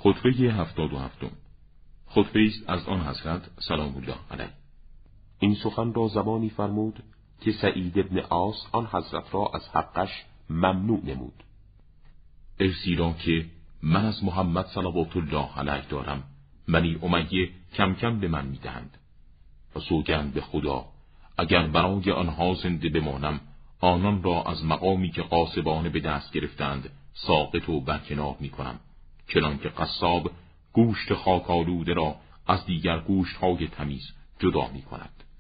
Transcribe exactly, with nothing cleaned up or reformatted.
خطبه هفتاد و هفتم. خطبه است از آن حضرت سلام الله علیه. این سخن را زمانی فرمود که سعید ابن عاص آن حضرت را از حقش ممنوع نمود. ارسی را که من از محمد صلوات الله علیه دارم، بنی امیه کم کم به من میدهند و سوگند به خدا اگر برای آنها زنده بمانم، آنان را از مقامی که غاصبانه به دست گرفتند ساقط و برکنار می کنم، چنان که قصاب گوشت خاک‌آلوده را از دیگر گوشت های تمیز جدا می کند.